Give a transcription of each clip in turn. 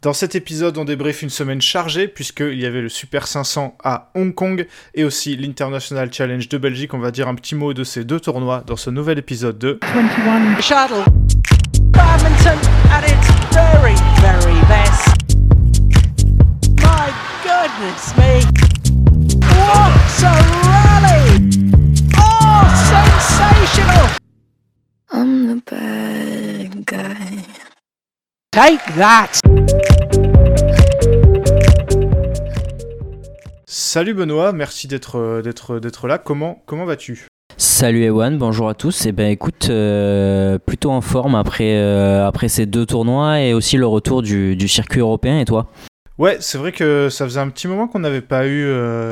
Dans cet épisode, on débriefe une semaine chargée puisqu'il y avait le Super 500 à Hong Kong et aussi l'International Challenge de Belgique. On va dire un petit mot de ces deux tournois dans ce nouvel épisode de 21 Shuttle. Badminton at its very, very best. My goodness me. What a rally! Oh, sensational! I'm the bad guy. Take that! Salut Benoît, merci d'être là. Comment vas-tu ? Salut Ewan, bonjour à tous. Eh ben écoute, plutôt en forme après ces deux tournois et aussi le retour du circuit européen. Et toi ? Ouais, c'est vrai que ça faisait un petit moment qu'on n'avait pas eu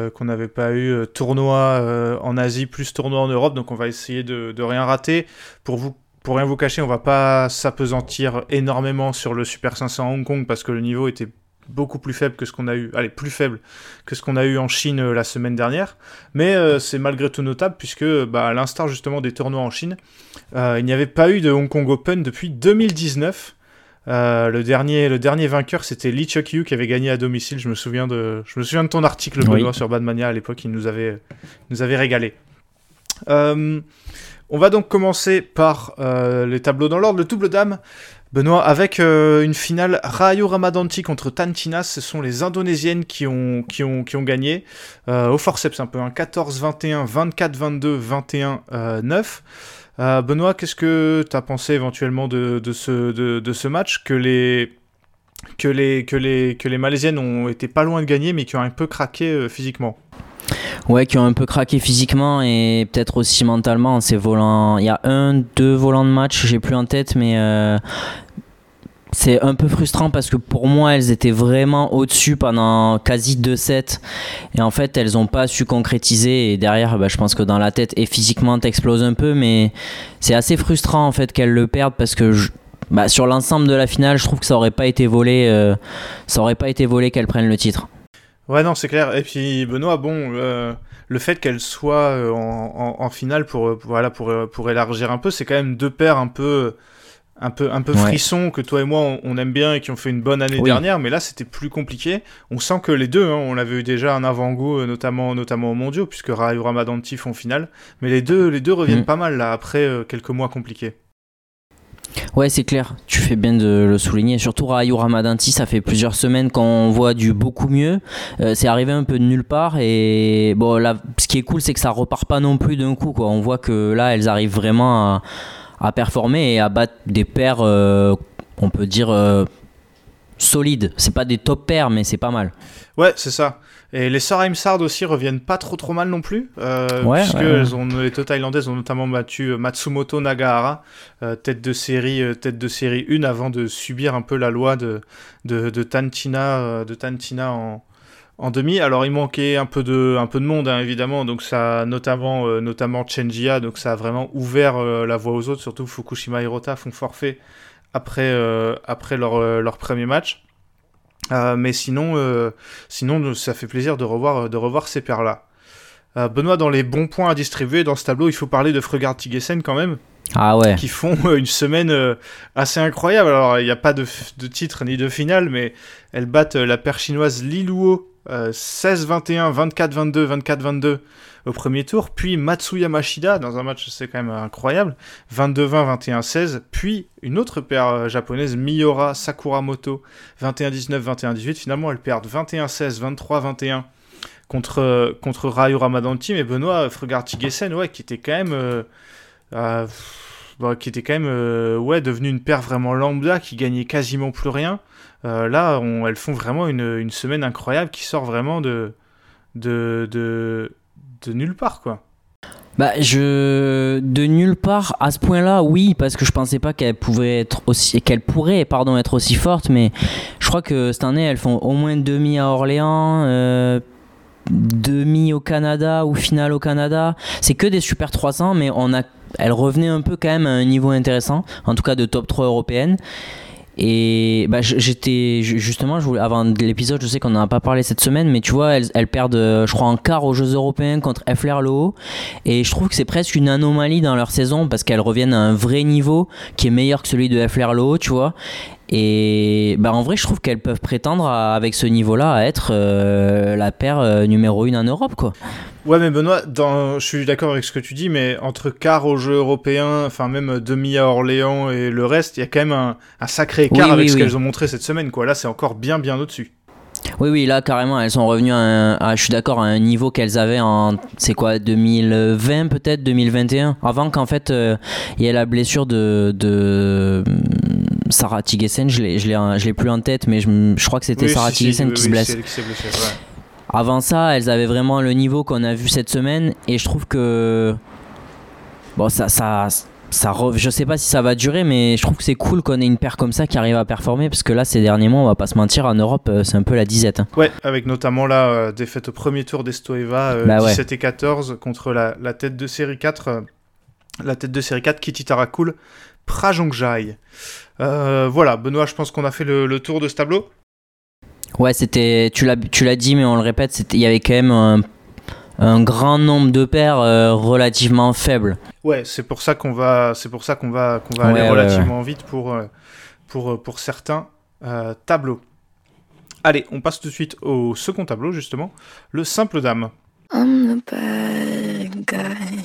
tournoi en Asie plus tournoi en Europe, donc on va essayer de rien rater. Pour rien vous cacher, on va pas s'apesantir énormément sur le Super 500 à Hong Kong parce que le niveau était beaucoup plus faible que ce qu'on a eu, en Chine la semaine dernière, mais c'est malgré tout notable puisque à l'instar justement des tournois en Chine, il n'y avait pas eu de Hong Kong Open depuis 2019. Le dernier vainqueur, c'était Lee Chuck-Yu qui avait gagné à domicile. Je me souviens de ton article, Benoît, sur Badmania à l'époque. Il nous avait régalé. On va donc commencer par les tableaux dans l'ordre. Le double dame, Benoît, avec une finale Rahayu Ramadanti contre Tan China. Ce sont les Indonésiennes qui ont gagné au forceps un peu, 14-21, 24-22, 21-9. Benoît, qu'est-ce que tu as pensé éventuellement de ce match que les Malaisiennes ont été pas loin de gagner mais qui ont un peu craqué physiquement? Ouais, qui ont un peu craqué physiquement et peut-être aussi mentalement en ces volants. Il y a 2 volants de match, j'ai plus en tête, mais c'est un peu frustrant parce que pour moi, elles étaient vraiment au-dessus pendant quasi 2 sets. Et en fait, elles n'ont pas su concrétiser. Et derrière, je pense que dans la tête et physiquement, t'exploses un peu. Mais c'est assez frustrant en fait qu'elles le perdent parce que sur l'ensemble de la finale, je trouve que ça aurait pas été volé qu'elles prennent le titre. Ouais, non, c'est clair. Et puis Benoît, le fait qu'elle soit en finale pour élargir un peu, c'est quand même 2 paires un peu frissons que toi et moi on aime bien et qui ont fait une bonne année dernière, mais là c'était plus compliqué. On sent que les deux, on avait eu déjà un avant-goût, notamment aux mondiaux, puisque Rahayu Ramadanti font finale, mais les deux reviennent pas mal là après quelques mois compliqués. Ouais, c'est clair, tu fais bien de le souligner. Surtout Rahayu Ramadanti, ça fait plusieurs semaines qu'on voit du beaucoup mieux. C'est arrivé un peu de nulle part et bon, là, ce qui est cool, c'est que ça repart pas non plus d'un coup, quoi. On voit que là, elles arrivent vraiment à performer et à battre des paires, on peut dire solides. C'est pas des top paires, mais c'est pas mal. Ouais, c'est ça. Et les sœurs Heimsard aussi reviennent pas trop mal non plus, les Thaïlandaises ont notamment battu Matsumoto Nagahara, tête de série 1, avant de subir un peu la loi de Tan China en demi. Alors il manquait un peu de monde, hein, évidemment, donc ça notamment Chen Jia, donc ça a vraiment ouvert la voie aux autres, surtout Fukushima Hirota font forfait après leur premier match. Mais sinon, ça fait plaisir de revoir ces paires-là. Benoît, dans les bons points à distribuer dans ce tableau, il faut parler de Frøgaard Thygesen quand même. Ah ouais. Qui font une semaine assez incroyable. Alors, il n'y a pas de titre ni de finale, mais elles battent la paire chinoise Li Luo 16-21, 24-22, 24-22 au premier tour, puis Matsuya Mashida dans un match, c'est quand même incroyable, 22-20, 21-16, puis une autre paire japonaise, Miura Sakuramoto 21-19, 21-18. Finalement, elles perdent 21-16, 23-21 contre Rahayu Ramadanti, mais Benoît, Frøgaard Thygesen, qui était quand même devenu une paire vraiment lambda, qui gagnait quasiment plus rien. Là, elles font vraiment une semaine incroyable qui sort vraiment de nulle part, quoi. De nulle part à ce point-là, oui, parce que je pensais pas qu'elle pourrait être aussi forte, mais je crois que cette année elles font au moins demi à Orléans, demi au Canada ou finale au Canada. C'est que des Super 300, mais elle revenait un peu quand même à un niveau intéressant, en tout cas de top 3 européenne. Et j'étais justement, avant l'épisode, je sais qu'on n'en a pas parlé cette semaine, mais tu vois, elles perdent, je crois, en quart aux Jeux Européens contre Effler Le Haut, et je trouve que c'est presque une anomalie dans leur saison parce qu'elles reviennent à un vrai niveau qui est meilleur que celui de Effler Le Haut, tu vois. Et en vrai, je trouve qu'elles peuvent prétendre avec ce niveau-là à être la paire numéro 1 en Europe, quoi. Ouais, mais Benoît, je suis d'accord avec ce que tu dis, mais entre quart aux Jeux européens, enfin même demi à Orléans et le reste, il y a quand même un sacré écart avec ce qu'elles ont montré cette semaine, quoi. Là, c'est encore bien au-dessus. Oui, là, carrément, elles sont revenues je suis d'accord, à un niveau qu'elles avaient en, 2020 peut-être, 2021, avant qu'en fait, il y ait la blessure de Sarah Thygesen, je l'ai plus en tête, mais je crois que c'était Sarah Thygesen qui se blesse. C'est elle qui s'est blessée, ouais. Avant ça, elles avaient vraiment le niveau qu'on a vu cette semaine, et je trouve que je sais pas si ça va durer, mais je trouve que c'est cool qu'on ait une paire comme ça qui arrive à performer, parce que là, ces derniers mois, on va pas se mentir, en Europe, c'est un peu la disette. Ouais, avec notamment la défaite au premier tour d'Estoeva, 17 et 14 contre la tête de série 4, Kitty Tarakul Prajongjai. Voilà, Benoît, je pense qu'on a fait le tour de ce tableau. Ouais, tu l'as dit, mais on le répète, il y avait quand même un grand nombre de paires relativement faibles. Ouais, c'est pour ça qu'on va aller relativement vite pour certains tableaux. Allez, on passe tout de suite au second tableau, justement, le simple dame. I'm the bad guy.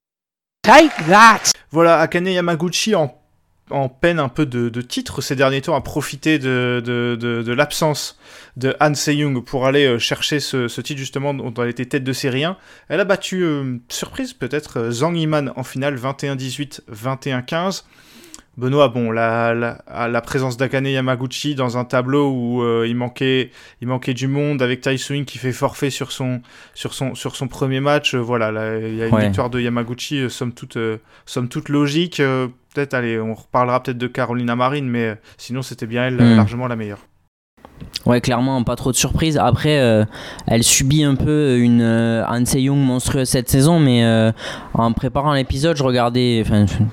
Take that! Voilà, Akane Yamaguchi en peine un peu de titre ces derniers temps, à profiter de l'absence de Han Se-young pour aller chercher ce titre justement dont elle était tête de série 1. Elle a battu, surprise peut-être, Zhang Yiman en finale 21-18, 21-15. Benoît, bon, la présence d'Akane Yamaguchi dans un tableau où il manquait du monde, avec Tai Tzu-Ying qui fait forfait sur son premier match, voilà, il y a une victoire de Yamaguchi, somme toute logique. Peut-être, allez, on reparlera peut-être de Carolina Marin, mais sinon c'était bien elle, largement la meilleure. Ouais, clairement, pas trop de surprises. Après, elle subit un peu une Han Se-young monstrueuse cette saison, mais en préparant l'épisode, je regardais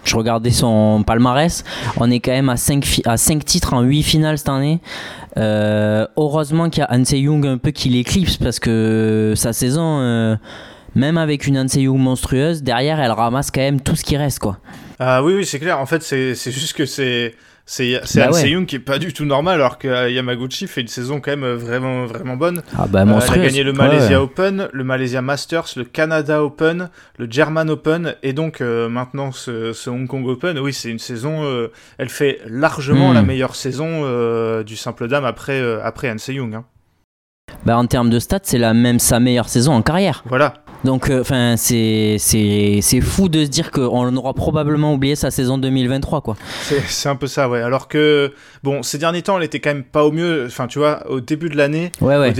son palmarès. On est quand même à 5 titres en 8 finales cette année. Heureusement qu'il y a Han Se-young un peu qui l'éclipse, parce que sa saison, même avec une Han Se-young monstrueuse, derrière, elle ramasse quand même tout ce qui reste, quoi. Oui, c'est clair. En fait, c'est juste que c'est Han Se-young qui est pas du tout normal, alors que Yamaguchi fait une saison quand même vraiment, vraiment bonne. Elle a gagné le Malaysia Open, le Malaysia Masters, le Canada Open, le German Open, et donc maintenant ce Hong Kong Open. Oui, c'est une saison, elle fait largement la meilleure saison du simple dame après Han Se-young. Hein. En termes de stats, c'est sa meilleure saison en carrière. Voilà. Donc, c'est fou de se dire qu'on aura probablement oublié sa saison 2023, quoi. C'est un peu ça, ouais. Alors que, bon, ces derniers temps, elle était quand même pas au mieux. Enfin, tu vois, au début de l'année,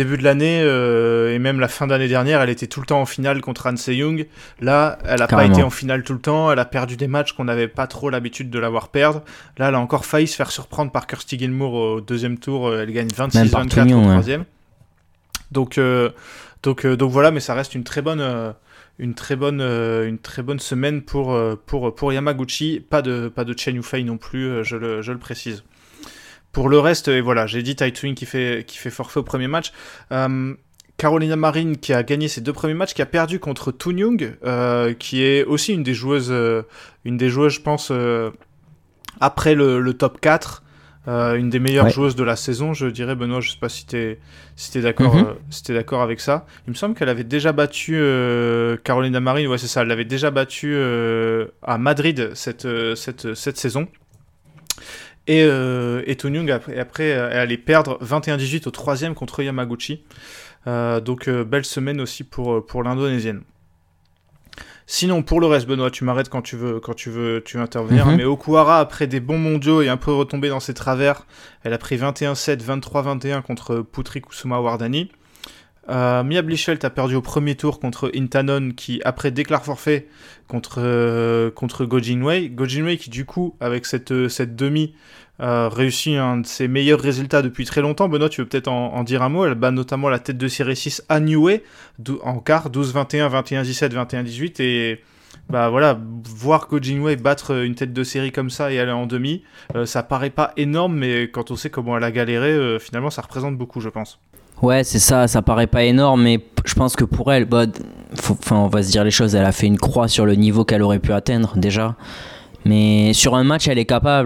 et même la fin d'année dernière, elle était tout le temps en finale contre Han Se-young. Là, elle a pas été en finale tout le temps. Elle a perdu des matchs qu'on n'avait pas trop l'habitude de la voir perdre. Là, elle a encore failli se faire surprendre par Kirsty Gilmour au deuxième tour. Elle gagne 26-24 au troisième. Donc voilà, mais ça reste une très bonne semaine pour Yamaguchi. Pas de Chen Yufei non plus, je le précise. Pour le reste, et voilà, j'ai dit Tai Tzu-Ying qui fait forfait au premier match. Carolina Marin qui a gagné ses 2 premiers matchs, qui a perdu contre Toon Young, qui est aussi une des joueuses, je pense, après le top 4. Une des meilleures joueuses de la saison, je dirais. Benoît, je sais pas si t'es d'accord avec ça. Il me semble qu'elle avait déjà battu Carolina Marin, ouais c'est ça, elle l'avait déjà battu à Madrid cette saison. Et Toon Young après elle allait perdre 21-18 au 3e contre Yamaguchi. Donc belle semaine aussi pour l'indonésienne. Sinon, pour le reste, Benoît, tu m'arrêtes quand tu veux intervenir. Mais Okuhara, après des bons mondiaux et un peu retombé dans ses travers, elle a pris 21-7, 23-21 contre Putri Kusuma Wardani. Mia Blichelt a perdu au premier tour contre Intanon, qui après déclare forfait contre Go Jinwei. Go Jinwei qui du coup, avec cette demi, réussit un de ses meilleurs résultats depuis très longtemps. Benoît, tu veux peut-être en dire un mot. Elle bat notamment la tête de série 6 Han Yue en quart, 12-21, 21-17, 21-18, et voilà, voir Go Jinwei battre une tête de série comme ça et aller en demi, ça paraît pas énorme, mais quand on sait comment elle a galéré, finalement ça représente beaucoup, je pense. Ouais, c'est ça paraît pas énorme, mais je pense que pour elle, on va se dire les choses, elle a fait une croix sur le niveau qu'elle aurait pu atteindre déjà, mais sur un match elle est capable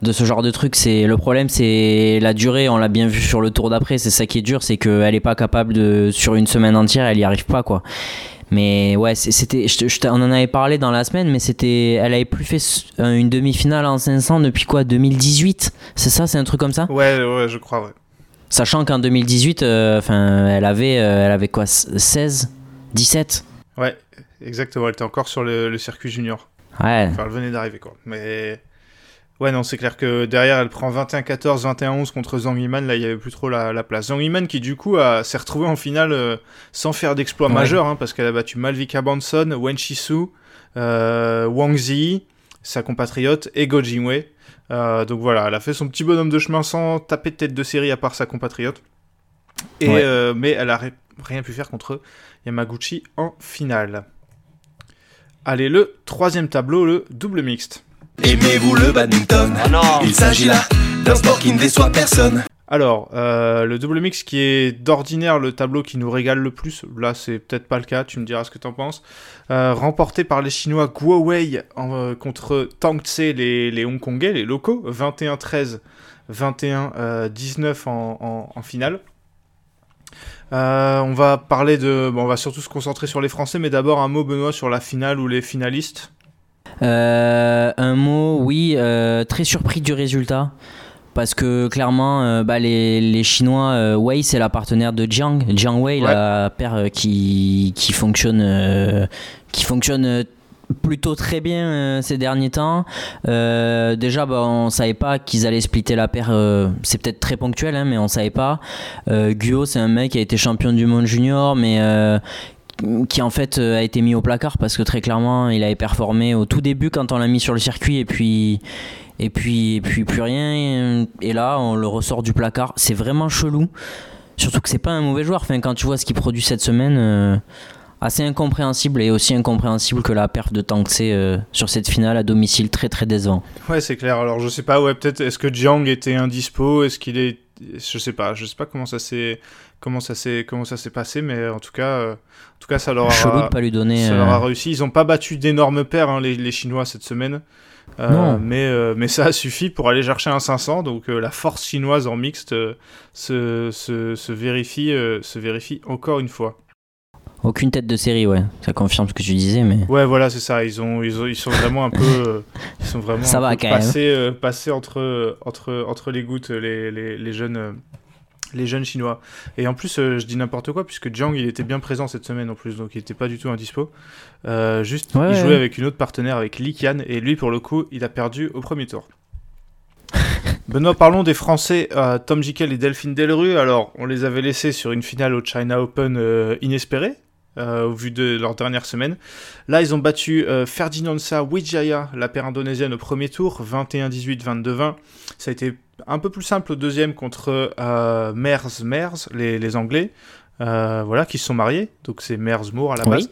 de ce genre de truc. Le problème, c'est la durée. On l'a bien vu sur le tour d'après. C'est ça qui est dur, c'est qu'elle est pas capable sur une semaine entière, elle y arrive pas, quoi. Mais ouais, on en avait parlé dans la semaine, mais elle avait plus fait une demi-finale en 500 depuis quoi, 2018? C'est ça, c'est un truc comme ça? Ouais, je crois, ouais. Sachant qu'en 2018, elle avait quoi, 16, 17? Ouais, exactement. Elle était encore sur le circuit junior. Ouais. Enfin, elle venait d'arriver, quoi. Mais ouais, non, c'est clair que derrière, elle prend 21-14, 21-11 contre Zhang Yimang. Là, il n'y avait plus trop la place. Zhang Yimang qui, du coup, s'est retrouvée en finale sans faire d'exploit majeur, hein, parce qu'elle a battu Malvika Benson, Wen Shisu, Wang Zi, sa compatriote, et Go Jingwei. Donc voilà, elle a fait son petit bonhomme de chemin sans taper de tête de série à part sa compatriote. Mais elle a rien pu faire contre Yamaguchi en finale. Allez, le troisième tableau, le double mixte. Aimez-vous le badminton? Oh non. Il s'agit là d'un sport qui ne déçoit personne. Alors, le double mix qui est d'ordinaire le tableau qui nous régale le plus, là c'est peut-être pas le cas, tu me diras ce que t'en penses, remporté par les Chinois Guo Wei contre Tang Tse, les Hongkongais, les locaux, 21-13, 21-19 en finale. On va on va surtout se concentrer sur les Français, mais d'abord un mot, Benoît, sur la finale ou les finalistes. Un mot, oui, très surpris du résultat. Parce que clairement, les Chinois, Wei, c'est la partenaire de Jiang Wei, ouais. La paire qui fonctionne plutôt très bien ces derniers temps. Déjà, on savait pas qu'ils allaient splitter la paire. C'est peut-être très ponctuel, hein, mais on savait pas. Guo, c'est un mec qui a été champion du monde junior, mais qui en fait a été mis au placard parce que très clairement, il avait performé au tout début quand on l'a mis sur le circuit, et puis plus rien, et là on le ressort du placard. C'est vraiment chelou, surtout que c'est pas un mauvais joueur. Enfin, quand tu vois ce qu'il produit cette semaine, assez incompréhensible, et aussi incompréhensible que la perf de Tang Tse sur cette finale à domicile, très très décevant. Ouais, c'est clair. Alors je sais pas, peut-être est-ce que Jiang était indispo, est-ce qu'il est, je sais pas comment ça s'est passé, mais en tout cas ça leur a pas lui donner, ça leur a réussi. Ils ont pas battu d'énormes paires, hein, les Chinois cette semaine. Mais ça a suffi pour aller chercher un 500, donc la force chinoise en mixte se vérifie encore une fois. Aucune tête de série, ouais, ça confirme ce que tu disais, mais ouais, voilà, c'est ça. Ils sont vraiment un peu, ça va quand même. Passés entre les gouttes, les jeunes Chinois. Et en plus, je dis n'importe quoi, puisque Jiang, il était bien présent cette semaine en plus, donc il était pas du tout indispo. Il jouait avec une autre partenaire, avec Li Qian, et lui, pour le coup, il a perdu au premier tour. Benoît, parlons des Français, Tom Jikel et Delphine Delru. Alors, on les avait laissés sur une finale au China Open inespérée, au vu de leur dernière semaine. Là, ils ont battu Ferdinand Wijaya, la paire indonésienne, au premier tour, 21-18, 22-20. Ça a été un peu plus simple au deuxième contre Mers, les Anglais, qui se sont mariés. Donc c'est Mers Moore à la base.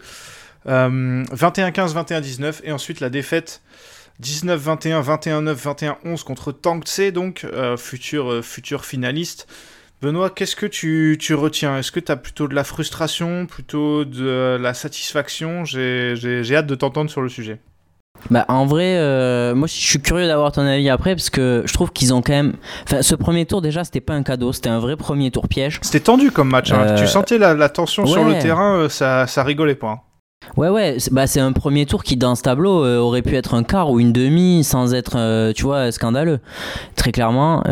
21-15, 21-19. Et ensuite la défaite 19-21, 21-9, 21-11 contre Tang Tse, donc futur finaliste. Benoît, qu'est-ce que tu retiens? Est-ce que tu as plutôt de la frustration, plutôt de la satisfaction? J'ai hâte de t'entendre sur le sujet. En vrai, moi je suis curieux d'avoir ton avis après, parce que je trouve qu'ils ont quand même... Enfin, ce premier tour déjà, c'était pas un cadeau, c'était un vrai premier tour piège. C'était tendu comme match, hein. Tu sentais la tension sur le terrain, ça rigolait pas. Hein. Ouais, c'est un premier tour qui, dans ce tableau, aurait pu être un quart ou une demi sans être, scandaleux. Très clairement.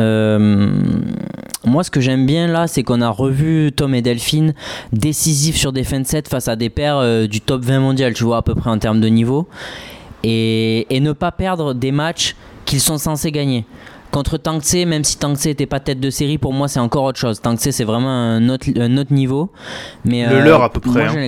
Moi, ce que j'aime bien là, c'est qu'on a revu Tom et Delphine décisifs sur des fins de set face à des paires du top 20 mondial, tu vois, à peu près en termes de niveau. Et ne pas perdre des matchs qu'ils sont censés gagner. Contre Tang Tse, même si Tang Tse n'était pas tête de série, pour moi c'est encore autre chose. Tang Tse, c'est vraiment un autre niveau. Mais, le leur à peu près. Moi,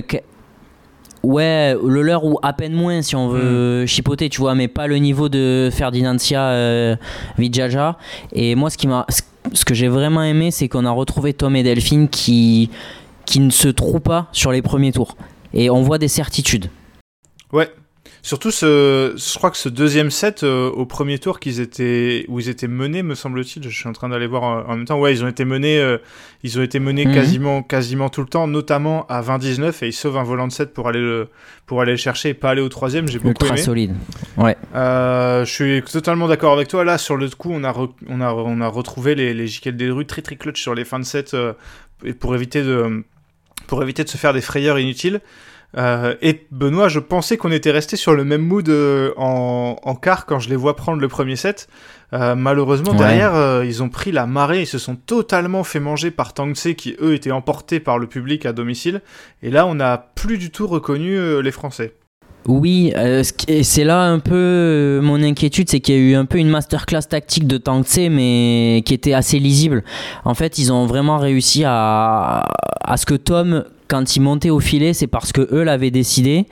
ouais, le leur ou à peine moins si on veut chipoter, tu vois, mais pas le niveau de Ferdinand Wijaya. Et moi, ce que j'ai vraiment aimé, c'est qu'on a retrouvé Tom et Delphine qui ne se trouvent pas sur les premiers tours. Et on voit des certitudes. Ouais. Surtout, je crois que ce deuxième set, au premier tour, où ils étaient menés, me semble-t-il, je suis en train d'aller voir en même temps, ouais, ils ont été menés quasiment tout le temps, notamment à 20-19, et ils sauvent un volant de set pour aller le chercher et pas aller au troisième, j'ai beaucoup aimé. Ultra solide, ouais. Je suis totalement d'accord avec toi, là, sur le coup, on a retrouvé les JK des rues très très clutch sur les fins de set, pour éviter de se faire des frayeurs inutiles. Et Benoît, je pensais qu'on était resté sur le même mood en quart quand je les vois prendre le premier set. Malheureusement, derrière, ils ont pris la marée, ils se sont totalement fait manger par Tangtse qui, eux, étaient emportés par le public à domicile. Et là, on n'a plus du tout reconnu les Français. Oui, et c'est là un peu mon inquiétude, c'est qu'il y a eu un peu une masterclass tactique de Tangtse, mais qui était assez lisible. En fait, ils ont vraiment réussi à ce que Tom, quand il montait au filet, c'est parce que eux l'avaient décidé.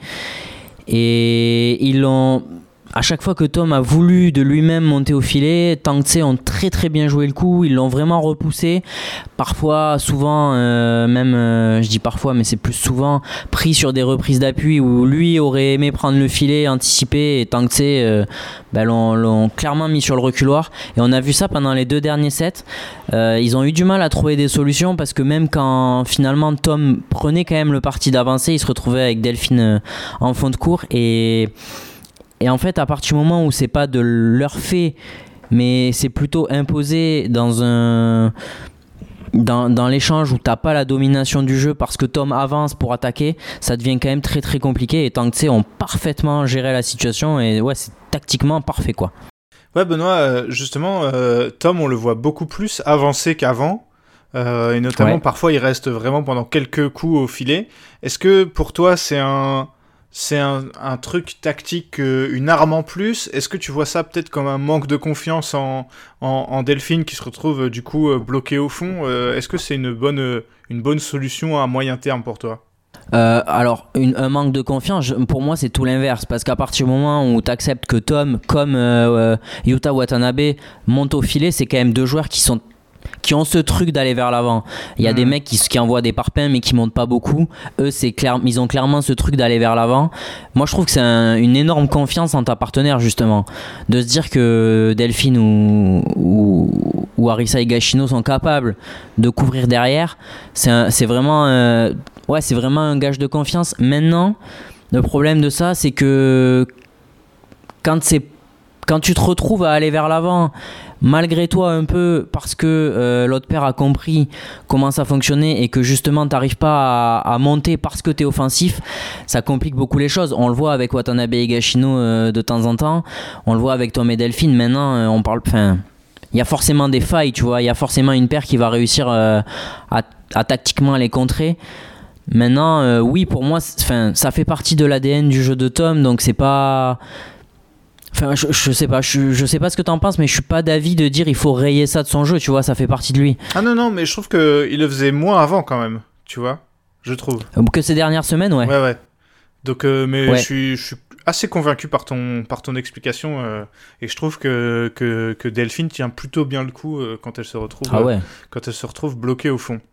Et ils l'ont... À chaque fois que Tom a voulu de lui-même monter au filet, Tangtse ont très très bien joué le coup, ils l'ont vraiment repoussé. Parfois, souvent, je dis parfois, mais c'est plus souvent, pris sur des reprises d'appui où lui aurait aimé prendre le filet, anticiper, et Tangtse l'ont clairement mis sur le reculoir. Et on a vu ça pendant les 2 derniers sets. Ils ont eu du mal à trouver des solutions parce que même quand finalement Tom prenait quand même le parti d'avancer, il se retrouvait avec Delphine en fond de cours. Et en fait, à partir du moment où c'est pas de leur fait, mais c'est plutôt imposé dans l'échange où t'as pas la domination du jeu parce que Tom avance pour attaquer, ça devient quand même très très compliqué. Et Tangtse ont parfaitement géré la situation et ouais, c'est tactiquement parfait quoi. Ouais, Benoît, justement, Tom, on le voit beaucoup plus avancer qu'avant. Et notamment, parfois, il reste vraiment pendant quelques coups au filet. Est-ce que pour toi, c'est un truc tactique, une arme en plus? Est-ce que tu vois ça peut-être comme un manque de confiance en Delphine qui se retrouve du coup bloqué au fond? Est-ce que c'est une bonne solution à moyen terme pour toi? Alors, un manque de confiance, pour moi, c'est tout l'inverse. Parce qu'à partir du moment où tu acceptes que Tom, comme Yuta Watanabe, monte au filet, c'est quand même 2 joueurs qui ont ce truc d'aller vers l'avant. Il y a des mecs qui envoient des parpaings mais qui montent pas beaucoup. Eux, ils ont clairement ce truc d'aller vers l'avant. Moi, je trouve que c'est une énorme confiance en ta partenaire, justement. De se dire que Delphine ou Arisa Higashino sont capables de couvrir derrière, c'est vraiment un gage de confiance. Maintenant, le problème de ça, c'est que quand tu te retrouves à aller vers l'avant, malgré toi un peu, parce que l'autre paire a compris comment ça fonctionnait et que justement t'arrives pas à monter parce que t'es offensif, ça complique beaucoup les choses. On le voit avec Watanabe et Higashino de temps en temps, on le voit avec Tom et Delphine. Maintenant, il y a forcément des failles, tu vois, il y a forcément une paire qui va réussir à tactiquement les contrer. Maintenant, oui, pour moi, ça fait partie de l'ADN du jeu de Tom, donc c'est pas... Enfin, je sais pas ce que t'en penses, mais je suis pas d'avis de dire il faut rayer ça de son jeu, tu vois, ça fait partie de lui. Ah non, mais je trouve qu'il le faisait moins avant quand même, tu vois, je trouve. Que ces dernières semaines, ouais. Ouais. Donc, mais je suis assez convaincu par ton explication, et je trouve que Delphine tient plutôt bien le coup quand elle se retrouve bloquée au fond.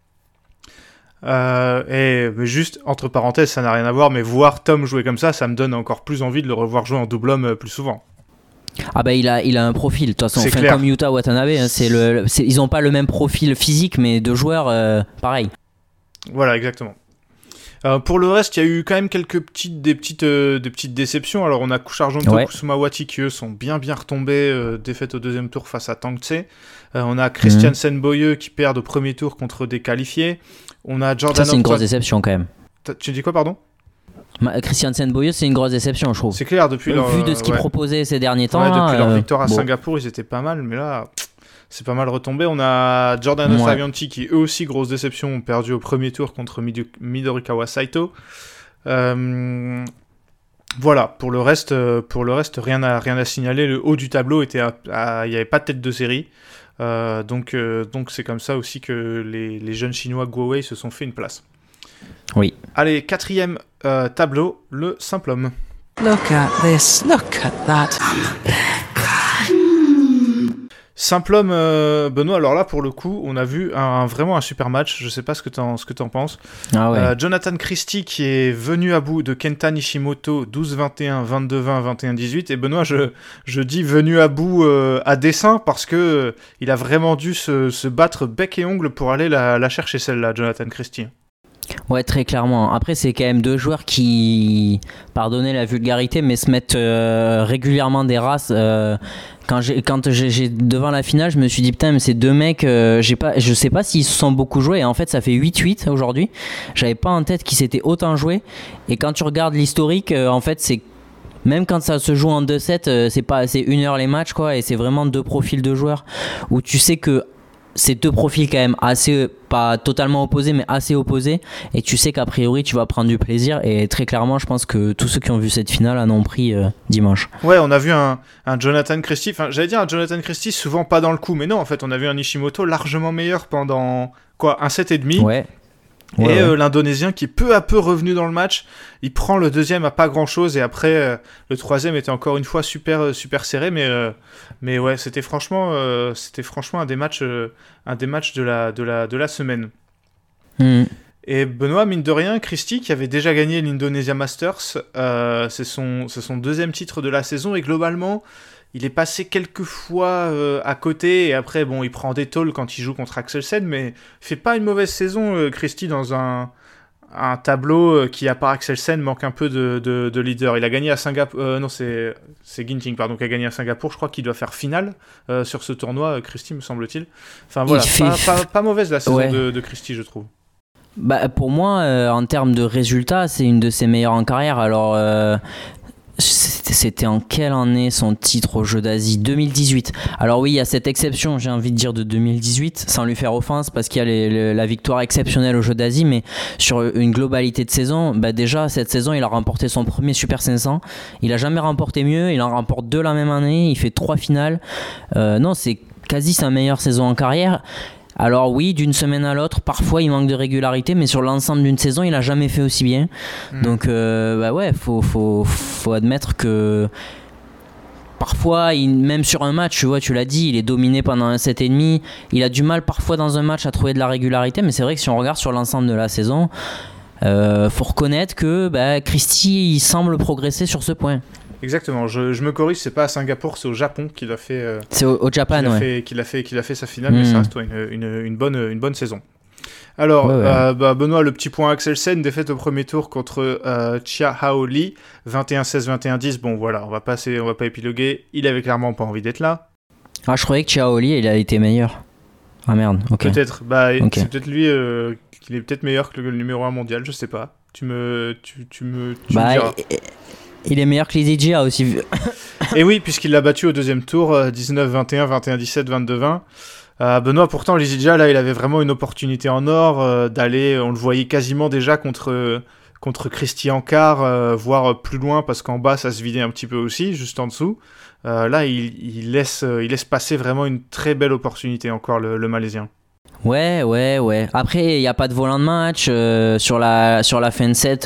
Mais juste entre parenthèses, ça n'a rien à voir, mais voir Tom jouer comme ça me donne encore plus envie de le revoir jouer en double homme plus souvent. Ah bah il a un profil de toute façon, comme Yuta Watanabe, hein, ils ont pas le même profil physique, mais de joueurs pareil. Voilà, exactement. Pour le reste, il y a eu quand même quelques petites déceptions. Alors on a Kusharjonto, Kusumawati qui eux sont bien retombés, défaite au deuxième tour face à Tangtse. On a Christiansen Boyeux qui perdent au premier tour contre des qualifiés. On a Jordan. Ça c'est une grosse déception quand même. Tu dis quoi, pardon? Christiansen Boyeux, c'est une grosse déception, je trouve. C'est clair, depuis vu de ce qu'ils proposaient ces derniers temps. Depuis leur victoire à Singapour, ils étaient pas mal, mais là, c'est pas mal retombé. On a Jordan Fabianti qui, eux aussi, grosse déception, ont perdu au premier tour contre Midorikawa Saito. Voilà, pour le reste, rien à signaler. Le haut du tableau il n'y avait pas de tête de série. Donc c'est comme ça aussi que les jeunes chinois Guowei se sont fait une place. Oui. Allez, 4e tableau, le simple homme. Look at this, look at that. Simple homme, Benoît, alors là pour le coup on a vu vraiment un super match, je sais pas ce que t'en penses. Ah ouais. Jonathan Christie qui est venu à bout de Kenta Nishimoto 12-21, 22-20, 21-18, et Benoît je dis venu à bout à dessein parce que il a vraiment dû se battre bec et ongle pour aller la chercher celle-là, Jonathan Christie. Ouais, très clairement. Après, c'est quand même deux joueurs qui, pardonnez la vulgarité, mais se mettent régulièrement des races. Quand j'ai devant la finale, je me suis dit putain, mais ces deux mecs, je sais pas s'ils se sont beaucoup joués. Et en fait, ça fait 8-8 aujourd'hui. J'avais pas en tête qu'ils s'étaient autant joués. Et quand tu regardes l'historique, en fait, c'est même quand ça se joue en 2-7, c'est 1 heure les matchs, quoi. Et c'est vraiment deux profils de joueurs où tu sais que c'est deux profils quand même assez, pas totalement opposés, mais assez opposés, et tu sais qu'a priori tu vas prendre du plaisir, et très clairement je pense que tous ceux qui ont vu cette finale en ont pris dimanche. Ouais, on a vu un Jonathan Christie, enfin j'allais dire un Jonathan Christie souvent pas dans le coup, mais non, en fait on a vu un Nishimoto largement meilleur pendant un set et demi. Ouais. L'Indonésien qui est peu à peu revenu dans le match, il prend le deuxième à pas grand chose, et après le troisième était encore une fois super serré, mais ouais, c'était franchement un des matchs de la semaine. Et Benoît, mine de rien, Christie qui avait déjà gagné l'Indonesia Masters, c'est son deuxième titre de la saison, et globalement il est passé quelques fois à côté, et après, bon, il prend des tôles quand il joue contre Axelsen, mais il fait pas une mauvaise saison, Christie, dans un tableau qui, à part Axelsen, manque un peu de leader. Il a gagné à Singapour, non, c'est Ginting, pardon, qui a gagné à Singapour. Je crois qu'il doit faire finale sur ce tournoi, Christie, me semble-t-il. Enfin, voilà, pas mauvaise la saison de Christie, je trouve. Bah, pour moi, en termes de résultats, c'est une de ses meilleures en carrière. Alors, c'était en quelle année son titre au Jeux d'Asie? 2018. Alors oui, il y a cette exception, j'ai envie de dire, de 2018, sans lui faire offense, parce qu'il y a la victoire exceptionnelle au Jeux d'Asie, mais sur une globalité de saison, bah déjà cette saison il a remporté son premier Super 500, il a jamais remporté mieux, il en remporte 2 la même année, il fait 3 finales. Non, c'est quasi sa meilleure saison en carrière. Alors oui, d'une semaine à l'autre, parfois il manque de régularité, mais sur l'ensemble d'une saison, il a jamais fait aussi bien. Donc bah ouais, faut admettre que parfois, même sur un match, tu vois, tu l'as dit, il est dominé pendant un set et demi. Il a du mal parfois dans un match à trouver de la régularité, mais c'est vrai que si on regarde sur l'ensemble de la saison, faut reconnaître que Christie il semble progresser sur ce point. Exactement, je me corrige, c'est pas à Singapour, c'est au Japon qu'il a fait. C'est au Japon, qu'il a fait sa finale, mais ça reste une bonne saison. Alors, Benoît, le petit point Axelsen, défaite au premier tour contre Chia Hao Lee, 21-16, 21-10. Bon, voilà, on va pas épiloguer. Il avait clairement pas envie d'être là. Ah, je croyais que Chia Hao Lee, il a été meilleur. Ah merde, ok. Peut-être, c'est peut-être lui qu'il est peut-être meilleur que le numéro 1 mondial, je sais pas. Tu me diras. Il est meilleur que Lizzy Jia aussi. Et oui, puisqu'il l'a battu au deuxième tour, 19-21, 21-17, 22-20. Benoît, pourtant, Lizzy Jia, là, il avait vraiment une opportunité en or d'aller, on le voyait quasiment déjà contre Christie en quart, voire plus loin, parce qu'en bas, ça se vidait un petit peu aussi, juste en dessous. Là, il laisse passer vraiment une très belle opportunité encore, le Malaisien. Ouais. Après, il n'y a pas de volant de match. Sur la fin de set,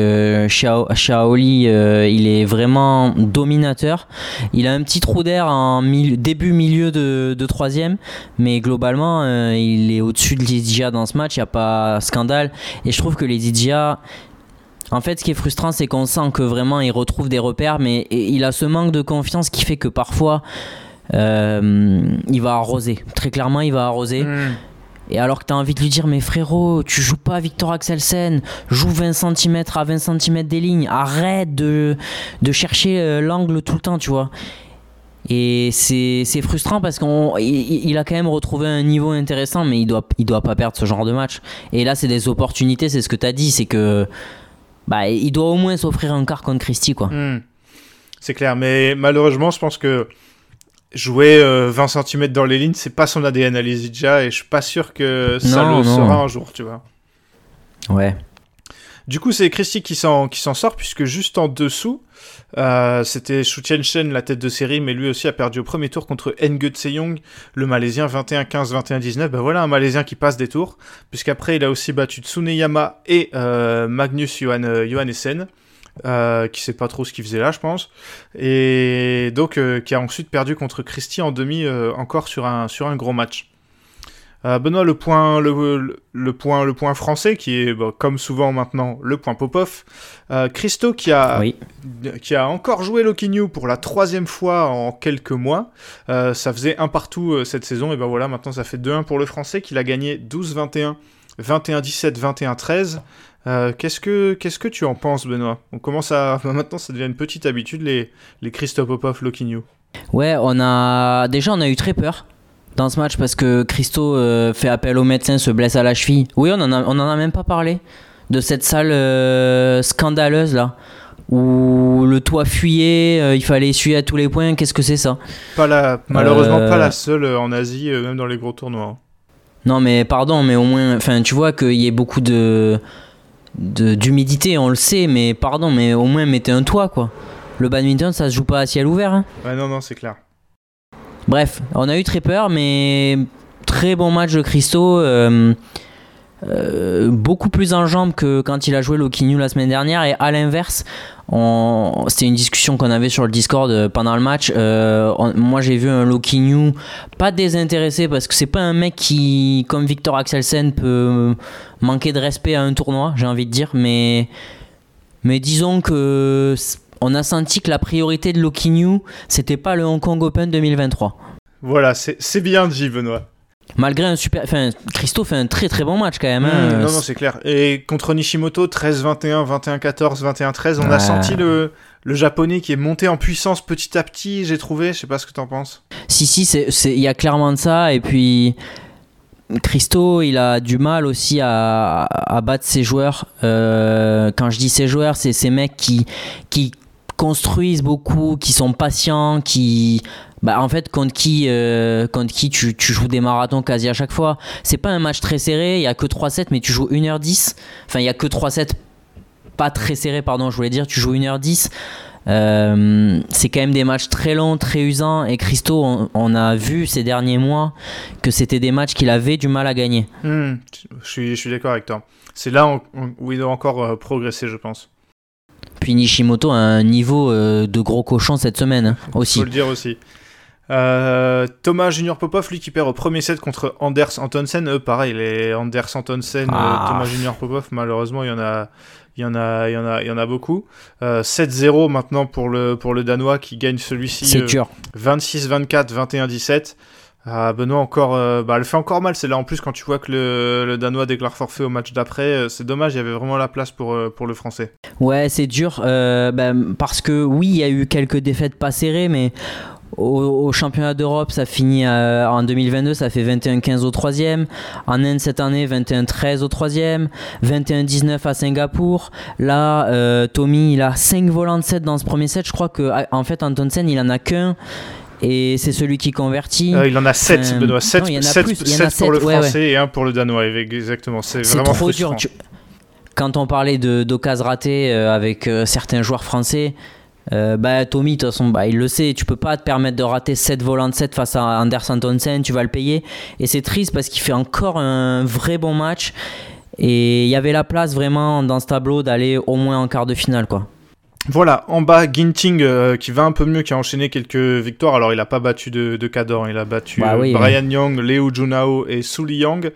Xiaoli, il est vraiment dominateur. Il a un petit trou d'air en début-milieu de troisième, mais globalement, il est au-dessus de Lizzy Jia dans ce match. Il n'y a pas scandale. Et je trouve que Lizzy Jia, en fait, ce qui est frustrant, c'est qu'on sent que vraiment il retrouve des repères, mais il a ce manque de confiance qui fait que parfois, il va arroser. Très clairement, il va arroser. Et alors que tu as envie de lui dire, mais frérot, tu joues pas Victor Axelsen, joue 20 cm à 20 cm des lignes, arrête de chercher l'angle tout le temps, tu vois. Et c'est frustrant parce qu'il a quand même retrouvé un niveau intéressant, mais il doit pas perdre ce genre de match. Et là, c'est des opportunités, c'est ce que tu as dit, c'est que il doit au moins s'offrir un quart contre Christie, quoi. C'est clair, mais malheureusement, je pense que jouer 20 cm dans les lignes, c'est pas son ADN à Lizzy Jia, et je suis pas sûr que ça le sera un jour, tu vois. Ouais. Du coup, c'est Christie qui s'en sort, puisque juste en dessous, c'était Xu Tianchen, la tête de série, mais lui aussi a perdu au premier tour contre Ngo Tseyong, le Malaisien, 21-15, 21-19. Voilà un Malaisien qui passe des tours, puisqu'après il a aussi battu Tsuneyama et Magnus Johannessen. qui sait pas trop ce qu'il faisait là, je pense, et donc qui a ensuite perdu contre Christie en demi, encore sur un gros match. Benoît, le point français, qui est comme souvent maintenant le point Popov. Christo qui a encore joué Loquinho pour la 3e fois en quelques mois. Ça faisait 1 partout cette saison, et ben voilà, maintenant ça fait 2-1 pour le français, qu'il a gagné 12-21, 21-17, 21-13. Qu'est-ce que tu en penses, Benoît ? On commence à... Maintenant, ça devient une petite habitude, les Christo Popov Loquinho. Ouais, on a eu très peur dans ce match parce que Christo fait appel au médecin, se blesse à la cheville. Oui, on en a même pas parlé de cette salle scandaleuse là où le toit fuyait, il fallait essuyer à tous les points. Qu'est-ce que c'est ça ? Malheureusement pas la seule en Asie, même dans les gros tournois. Non mais pardon, mais au moins, enfin tu vois qu'il y ait beaucoup d'humidité, on le sait, mais pardon, mais au moins mettez un toit quoi. Le badminton ça se joue pas à ciel ouvert. Hein. Ouais, non, c'est clair. Bref, on a eu très peur, mais très bon match de Christo. Beaucoup plus en jambes que quand il a joué Loquinho la semaine dernière. Et à l'inverse, c'était une discussion qu'on avait sur le Discord pendant le match. Moi, j'ai vu un Loquinho pas désintéressé parce que c'est pas un mec qui, comme Victor Axelsen, peut manquer de respect à un tournoi, j'ai envie de dire. Mais disons que... On a senti que la priorité de Loquinho, c'était pas le Hong Kong Open 2023. Voilà, c'est bien dit, Benoît. Malgré Christo fait un très très bon match quand même. Non, c'est clair. Et contre Nishimoto, 13-21, 21-14, 21-13, on a senti le japonais qui est monté en puissance petit à petit, j'ai trouvé. Je sais pas ce que t'en penses. Si, il y a clairement de ça. Et puis... Christo, il a du mal aussi à battre ses joueurs. Quand je dis ses joueurs, c'est ces mecs qui construisent beaucoup, qui sont patients, en fait contre qui tu joues des marathons quasi à chaque fois. C'est pas un match très serré, il y a que 3-7 mais tu joues 1h10. Enfin, il y a que 3-7 pas très serré, pardon, je voulais dire, tu joues 1h10. C'est quand même des matchs très longs, très usants, et Christo, on a vu ces derniers mois que c'était des matchs qu'il avait du mal à gagner. Je suis d'accord avec toi. C'est là où il doit encore progresser, je pense. Puis Nishimoto a un niveau de gros cochon cette semaine aussi. Faut le dire aussi. Thomas Junior Popov, lui qui perd au premier set contre Anders Antonsen. Pareil, les Anders Antonsen, Thomas Junior Popov, malheureusement il y en a beaucoup. 7-0 maintenant pour le Danois qui gagne celui-ci. C'est dur. 26-24, 21-17. Benoît encore, elle fait encore mal. C'est là en plus quand tu vois que le Danois déclare forfait au match d'après. C'est dommage, il y avait vraiment la place pour le Français. Ouais, c'est dur parce que oui, il y a eu quelques défaites pas serrées, mais au championnat d'Europe, ça finit en 2022, ça fait 21-15 au 3e. En Inde cette année, 21-13 au 3e, 21-19 à Singapour. Là, Tommy, il a 5 volants de 7 dans ce premier set. Je crois qu'en fait, Antonsen, il en a qu'un. Et c'est celui qui convertit. Il en a 7, Benoît. 7 pour le Français et 1 pour le Danois. Exactement. C'est vraiment trop frustrant. dur. Quand on parlait d'occasions ratées avec certains joueurs français, Tommy, de toute façon, il le sait. Tu peux pas te permettre de rater 7 volants de 7 face à Anders Antonsen. Tu vas le payer. Et c'est triste parce qu'il fait encore un vrai bon match. Et il y avait la place vraiment dans ce tableau d'aller au moins en quart de finale, quoi. Voilà, en bas, Ginting qui va un peu mieux, qui a enchaîné quelques victoires. Alors, il n'a pas battu de cador, il a battu Brian Young, Leo Junao et Su Liyang.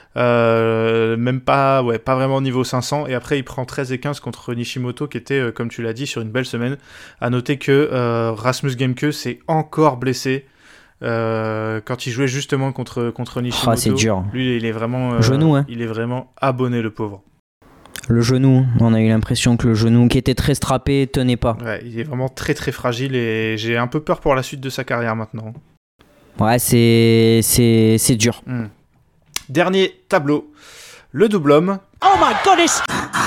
Même pas vraiment niveau 500. Et après, il prend 13-15 contre Nishimoto, qui était, comme tu l'as dit, sur une belle semaine. À noter que Rasmus Gemke s'est encore blessé quand il jouait justement contre Nishimoto. C'est dur. Lui, il est vraiment genou, il est vraiment abonné, le pauvre. Le genou, on a eu l'impression que le genou qui était très strappé tenait pas. Ouais, il est vraiment très très fragile et j'ai un peu peur pour la suite de sa carrière maintenant. Ouais, c'est dur. Dernier tableau, le double homme. Oh my goodness!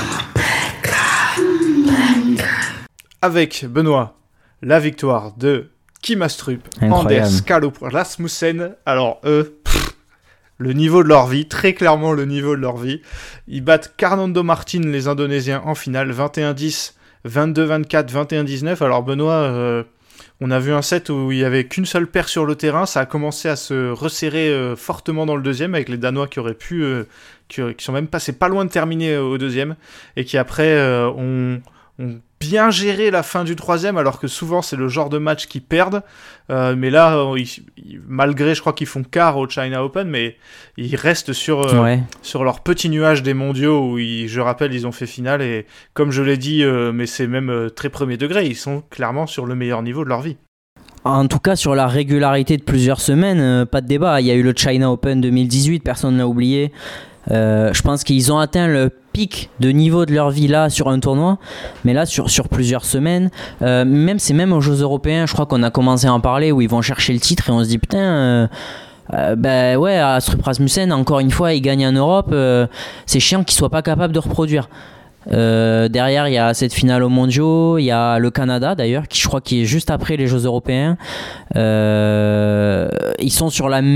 Avec Benoît, la victoire de Kim Astrup, Anders Kalup Rasmussen. Alors le niveau de leur vie, très clairement le niveau de leur vie. Ils battent Fernando Martin, les Indonésiens, en finale, 21-10, 22-24, 21-19. Alors Benoît, on a vu un set où il n'y avait qu'une seule paire sur le terrain. Ça a commencé à se resserrer fortement dans le deuxième, avec les Danois qui auraient pu, qui sont même passés pas loin de terminer au deuxième, et qui après ont ont bien géré la fin du troisième, alors que souvent c'est le genre de match qu'ils perdent. Mais là, malgré, je crois qu'ils font quart au China Open, mais ils restent sur leur petit nuage des mondiaux où, je rappelle, ils ont fait finale. Et comme je l'ai dit, mais c'est même très premier degré, ils sont clairement sur le meilleur niveau de leur vie. En tout cas, sur la régularité de plusieurs semaines, pas de débat. Il y a eu le China Open 2018, personne ne l'a oublié. Je pense qu'ils ont atteint le pic de niveau de leur vie là sur un tournoi, mais là sur plusieurs semaines, même aux Jeux Européens, je crois qu'on a commencé à en parler, où ils vont chercher le titre et on se dit putain, Astrup Rasmussen, encore une fois, il gagne en Europe, c'est chiant qu'il soit pas capable de reproduire. Derrière il y a cette finale aux mondiaux, il y a le Canada d'ailleurs qui je crois qui est juste après les Jeux Européens. Ils sont sur la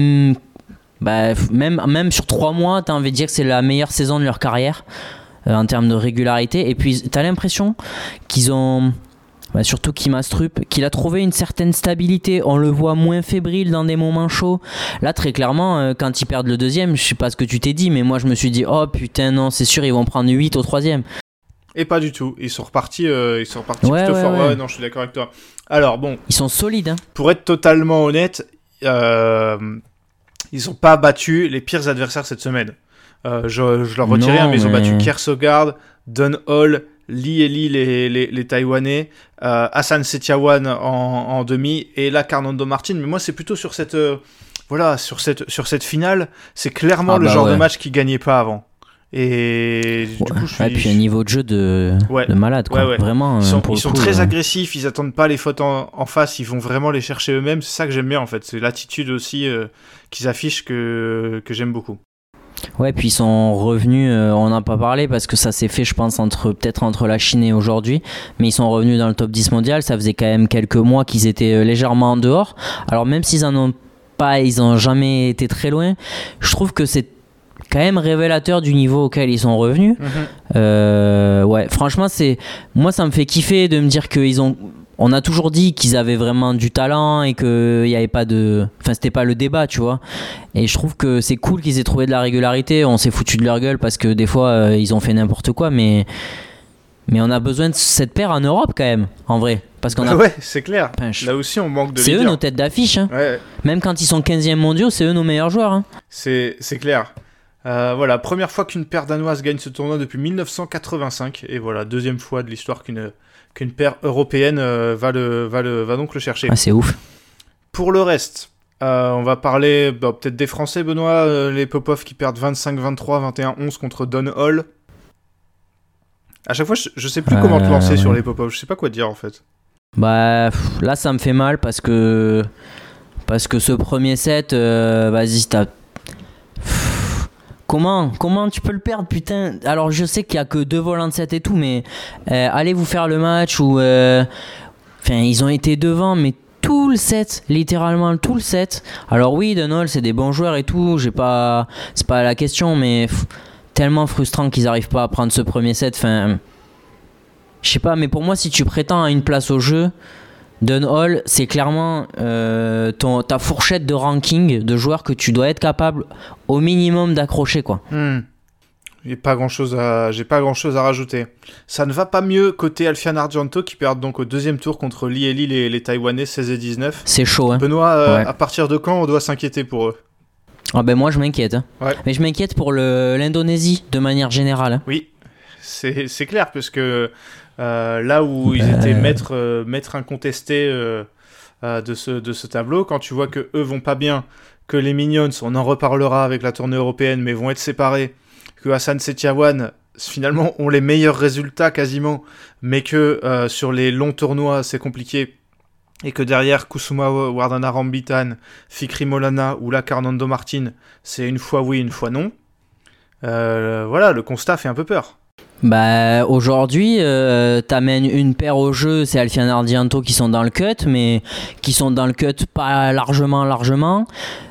même sur 3 mois, t'as envie de dire que c'est la meilleure saison de leur carrière en termes de régularité. Et puis t'as l'impression qu'ils ont, surtout Kim Astrup, qu'il a trouvé une certaine stabilité. On le voit moins fébrile dans des moments chauds. Là, très clairement, quand ils perdent le deuxième, je sais pas ce que tu t'es dit, mais moi je me suis dit, oh putain, non, c'est sûr, ils vont prendre 8 au troisième. Et pas du tout. Ils sont repartis plutôt fort. Ouais, non, je suis d'accord avec toi. Alors bon. Ils sont solides, hein. Pour être totalement honnête, ils n'ont pas battu les pires adversaires cette semaine. Je leur retire rien, mais ils ont battu Kiersgaard, Don Hall, Lee Eli, les Taïwanais, Hassan Setiawan en demi, et là Fernando Martin. Mais moi, c'est plutôt sur cette finale, c'est clairement le genre de match qu'ils ne gagnaient pas avant. Et du coup, et puis un niveau de jeu de malade, quoi. Ouais. Vraiment, ils sont très agressifs, ils attendent pas les fautes en face, ils vont vraiment les chercher eux-mêmes. C'est ça que j'aime bien en fait, c'est l'attitude aussi qu'ils affichent que j'aime beaucoup. Ouais, puis ils sont revenus, on n'a pas parlé parce que ça s'est fait, je pense, peut-être entre la Chine et aujourd'hui, mais ils sont revenus dans le top 10 mondial. Ça faisait quand même quelques mois qu'ils étaient légèrement en dehors. Alors même s'ils en ont pas, ils ont jamais été très loin. Je trouve que c'est quand même révélateur du niveau auquel ils sont revenus. Franchement, moi ça me fait kiffer de me dire on a toujours dit qu'ils avaient vraiment du talent et qu'il n'y avait pas c'était pas le débat, tu vois. Et je trouve que c'est cool qu'ils aient trouvé de la régularité. On s'est foutu de leur gueule parce que des fois ils ont fait n'importe quoi, mais on a besoin de cette paire en Europe quand même, en vrai. Parce qu'on ouais, c'est clair. Là aussi, on manque de leaders. C'est eux nos têtes d'affiche. Hein. Ouais. Même quand ils sont 15e mondiaux, c'est eux nos meilleurs joueurs. Hein. C'est clair. Première fois qu'une paire danoise gagne ce tournoi depuis 1985, et voilà, deuxième fois de l'histoire qu'une paire européenne va donc le chercher. Ah, c'est ouf. Pour le reste, on va parler peut-être des Français, Benoît, les Popov qui perdent 25-23, 21-11 contre Don Hall. À chaque fois, je sais plus comment te lancer sur les Popov, je sais pas quoi dire en fait. Là ça me fait mal parce que ce premier set, vas-y, t'as... Comment tu peux le perdre, putain? Alors je sais qu'il y a que 2 volants de set et tout, mais allez vous faire le match où ils ont été devant, mais tout le set, littéralement tout le set. Alors oui, Don Hall, c'est des bons joueurs et tout, c'est pas la question, mais tellement frustrant qu'ils arrivent pas à prendre ce premier set. Je sais pas, mais pour moi, si tu prétends à une place au jeu, Don Hall, c'est clairement ta fourchette de ranking de joueurs que tu dois être capable au minimum d'accrocher, quoi. J'ai pas grand chose à rajouter. Ça ne va pas mieux côté Alfian Argento qui perd donc au deuxième tour contre Lee Eli, les Taïwanais 16 et 19. C'est chaud, hein. Benoît, à partir de quand on doit s'inquiéter pour eux? Moi je m'inquiète. Hein. Ouais. Mais je m'inquiète pour l'Indonésie de manière générale. Hein. Oui, c'est clair parce que là où ils étaient maîtres incontestés de ce tableau, quand tu vois que eux vont pas bien, que les Minions, on en reparlera avec la tournée européenne, mais vont être séparés, que Hassan Setiawan finalement ont les meilleurs résultats quasiment, mais que sur les longs tournois c'est compliqué, et que derrière Kusuma Wardana Rambitan, Fikri Molana ou là Fernando Martin, c'est une fois oui, une fois non. Le constat fait un peu peur. Aujourd'hui, t'amènes une paire au jeu, c'est Alfian Argento qui sont dans le cut, mais qui sont dans le cut pas largement.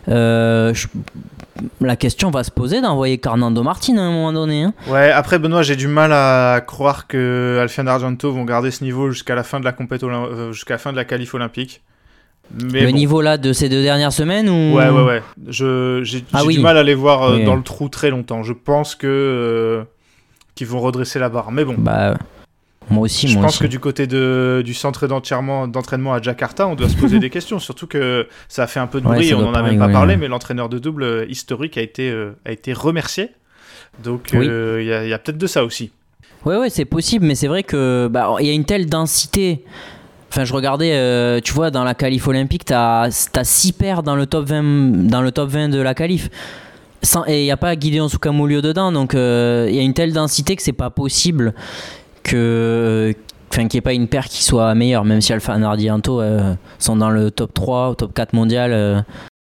La question va se poser d'envoyer Fernando Martin à un moment donné. Hein. Ouais, après Benoît, j'ai du mal à croire que Alfian Argento vont garder ce niveau jusqu'à la fin de la jusqu'à la fin de la qualif olympique. Mais niveau là de ces 2 dernières semaines ou... Ouais. J'ai du mal à les voir dans le trou très longtemps. Je pense qu'ils vont redresser la barre, mais bon. Moi aussi. Je pense que du côté du centre d'entraînement à Jakarta, on doit se poser des questions, surtout que ça a fait un peu de bruit, on n'en a même pas parlé, mais l'entraîneur de double historique a été remercié. Donc il y a peut-être de ça aussi. Ouais, c'est possible, mais c'est vrai que il y a une telle densité. Enfin, je regardais, tu vois, dans la qualif olympique, t'as 6 paires dans le top 20 de la qualif. Et il n'y a pas Gideon Sukamulio dedans, donc il y a une telle densité que c'est pas possible qu'il n'y ait pas une paire qui soit meilleure, même si Alpha Nardi et Anto sont dans le top 3 ou top 4 mondial